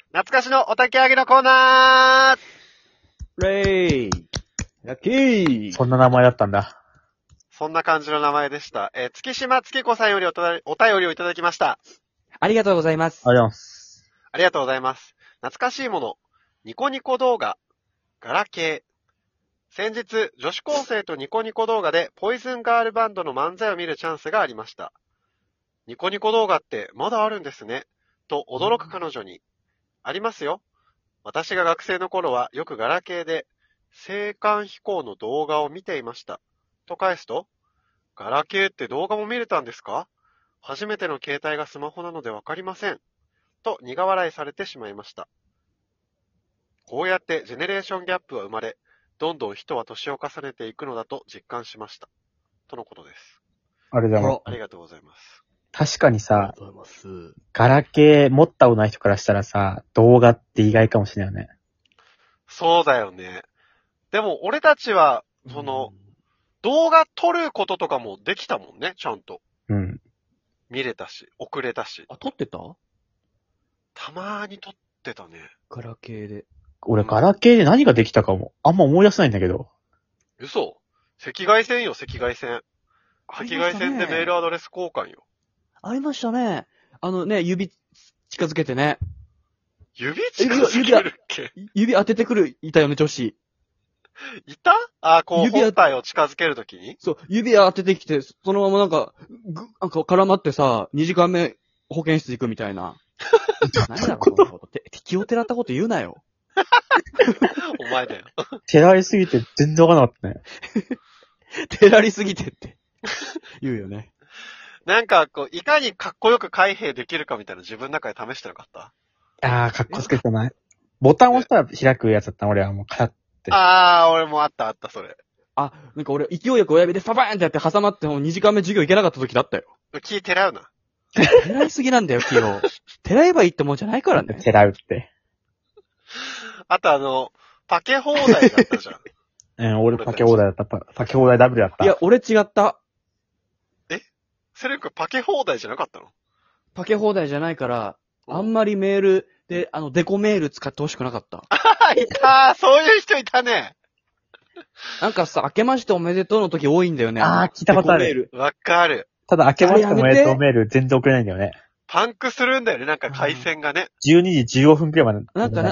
懐かしのお焚き上げのコーナー。 レイラッキー。 そんな名前だったんだ。 そんな感じの名前でした。月島月子さんよりお便りをいただきました。 ありがとうございます。 ありがとうございます。 ありがとうございます。懐かしいもの、ニコニコ動画、ガラケー。先日、女子高生とニコニコ動画でポイズンガールバンドの漫才を見るチャンスがありました。ニコニコ動画ってまだあるんですね。と驚く彼女に、ありますよ。私が学生の頃はよくガラケーで青函飛行の動画を見ていました。と返すと、ガラケーって動画も見れたんですか？初めての携帯がスマホなのでわかりません。と苦笑いされてしまいました。こうやってジェネレーションギャップは生まれ、どんどん人は年を重ねていくのだと実感しました。とのことです。 ありがとうございます。 ありがとうございます。 確かにさ、 ありがとうございます。 ガラケー持ったことない人からしたらさ、動画って意外かもしれないよね。 そうだよね。でも俺たちは、動画撮ることとかもできたもんね、ちゃんと。 うん。 見れたし、送れたし。 あ、撮ってたたまーに撮ってたね。 ガラケーで。 俺、ガラケーで何ができたかも、あんま思い出せないんだけど。 嘘？赤外線よ、赤外線。赤ありましたね外線でメールアドレス交換よ。 ありましたね。指近づけてね。 指近づけるっけ？ 指当ててくる、いたよね、女子。 いた？あ、こう、 指本体を近づけるときにそう、指当ててきて、そのままなんか絡まってさ、2時間目保健室行くみたいな。何だろう、そんなこと。敵をてらったこと言うなよ。 お前だよ。 手られすぎて全然わかんなかったね。 てらりすぎてって言うよね。 なんか、こう、いかにかっこよく開閉できるかみたいな自分の中で試してなかった？ かっこつけてない。ボタン押したら開くやつだったの、俺はもうカラッて。 俺もあった、それ。 なんか俺、勢いよく親指でパパーンってやって挟まってもう2時間目授業行けなかった時だったよ。 気てらうな。 てらいすぎなんだよ、気を。てらえばいいってもんじゃないからね。 てらうって。 あとパケ放題だったじゃん。 俺パケ放題だった。パケ放題ダブルだった。 いや、俺違った。 セレクパケ放題じゃなかったの？ パケ放題じゃないから、あんまりメールで、デコメール使ってほしくなかった。 いたー、そういう人いたね。 なんかさ、明けましておめでとうの時多いんだよね。 聞いたことある。 デコメール。 わかる。 ただ、明けましておめでとうメール全然送れないんだよね。 パンクするんだよね、なんか回線がね。 12時15分くらいまで。 なんかね。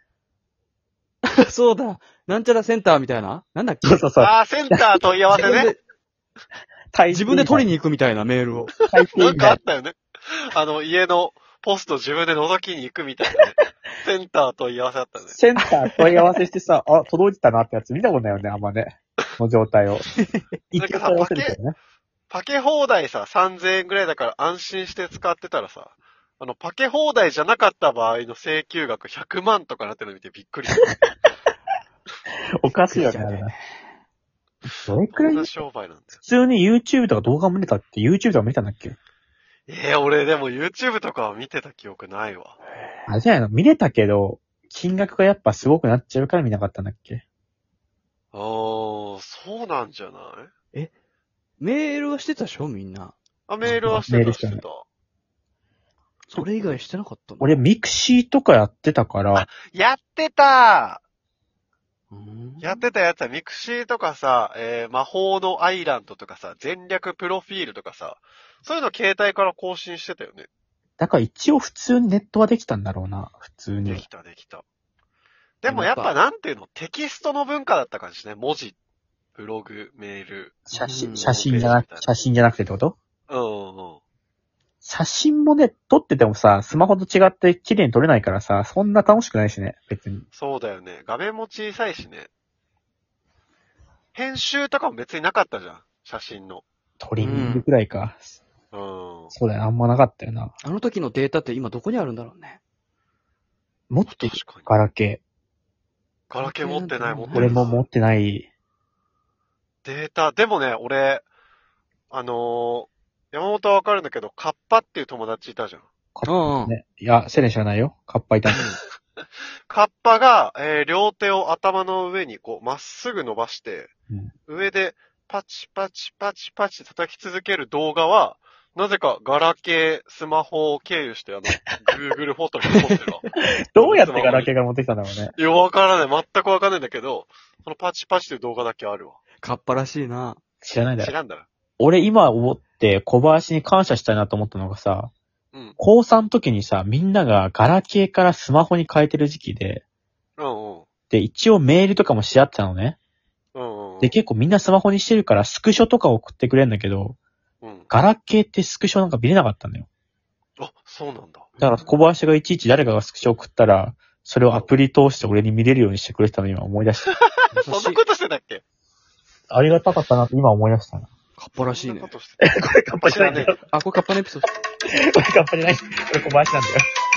そうだ。なんちゃらセンターみたいななんだっけ？ そう。 センター問い合わせね。 自分で取りに行くみたいなメールを。 なんかあったよね。家のポスト自分で覗きに行くみたいなね。センター問い合わせだったね。 センター問い合わせしてさ、届いてたなってやつ見たことないよね、あんまね。この状態を。一回問い合わせるけどね。 パケ放題さ、3000円ぐらいだから安心して使ってたらさ、パケ放題じゃなかった場合の請求額100万とかなってるの見てびっくりした。 おかしいよね、あれね。どれくらいこんな商売なんだよ。 普通に YouTube とか動画も見れたって YouTube とか見たんだっけ？ 俺でも YouTube とかは見てた記憶ないわ。 あれじゃないの？見れたけど、金額がやっぱすごくなっちゃうから見なかったんだっけ？ そうなんじゃない？ メールはしてたでしょみんな。 メールはしてた、してた。 それ以外してなかったの？ 俺ミクシーとかやってたから。 やってたーやってたやつはミクシーとかさ、魔法のアイランドとかさ、全略プロフィールとかさ、そういうの携帯から更新してたよね。 だから一応普通にネットはできたんだろうな、普通に。 できた。でもやっぱなんていうの、テキストの文化だった感じね。文字、ブログ、メール。 写真じゃなくてってこと？ うん。 写真もね、撮っててもさ、スマホと違って綺麗に撮れないからさ、そんな楽しくないしね、別に。 そうだよね。画面も小さいしね。編集とかも別になかったじゃん。写真の。 トリミングくらいか。 うん。 そうだよ、あんまなかったよな。 あの時のデータって今どこにあるんだろうね。 持ってる確かに。 ガラケガラケー持ってない、持ってー。 ない。 俺も持ってない。 データ、でもね、俺、山本はわかるんだけど、カッパっていう友達いたじゃん。 うん。 ね。いや、セレン知らないよ。カッパいたんカッパが、両手を頭の上にこう、まっすぐ伸ばして、上でパチパチパチパチ叩き続ける動画は、 なぜか、ガラケー、スマホを経由して、Google フォトに残ってるわ。 どうやってガラケーが持ってきたんだろうね。 いや、わからない。全くわかんないんだけど、そのパチパチという動画だけあるわ。 カッパらしいな。 知らないだろ。 知らんだろ。 俺今思って小林に感謝したいなと思ったのがさ、 うん。 高3の時にさ、みんながガラケーからスマホに変えてる時期で、 うんうん。 で、一応メールとかもし合ってたのね。 うんうん。 で、結構みんなスマホにしてるからスクショとか送ってくれるんだけど、 うん。 ガラケーってスクショなんか見れなかったんだよ。 あ、そうなんだ。 だから小林がいちいち誰かがスクショ送ったら、それをアプリ通して俺に見れるようにしてくれてたのを今思い出した。 そんなことしてたっけ？ ありがたかったなって今思い出したな。 カッパらしいねそんな。ことしてた。 これカッパじゃないんだよ。 あ、これカッパのエピソード。 これカッパじゃない。これ小林なんだよ。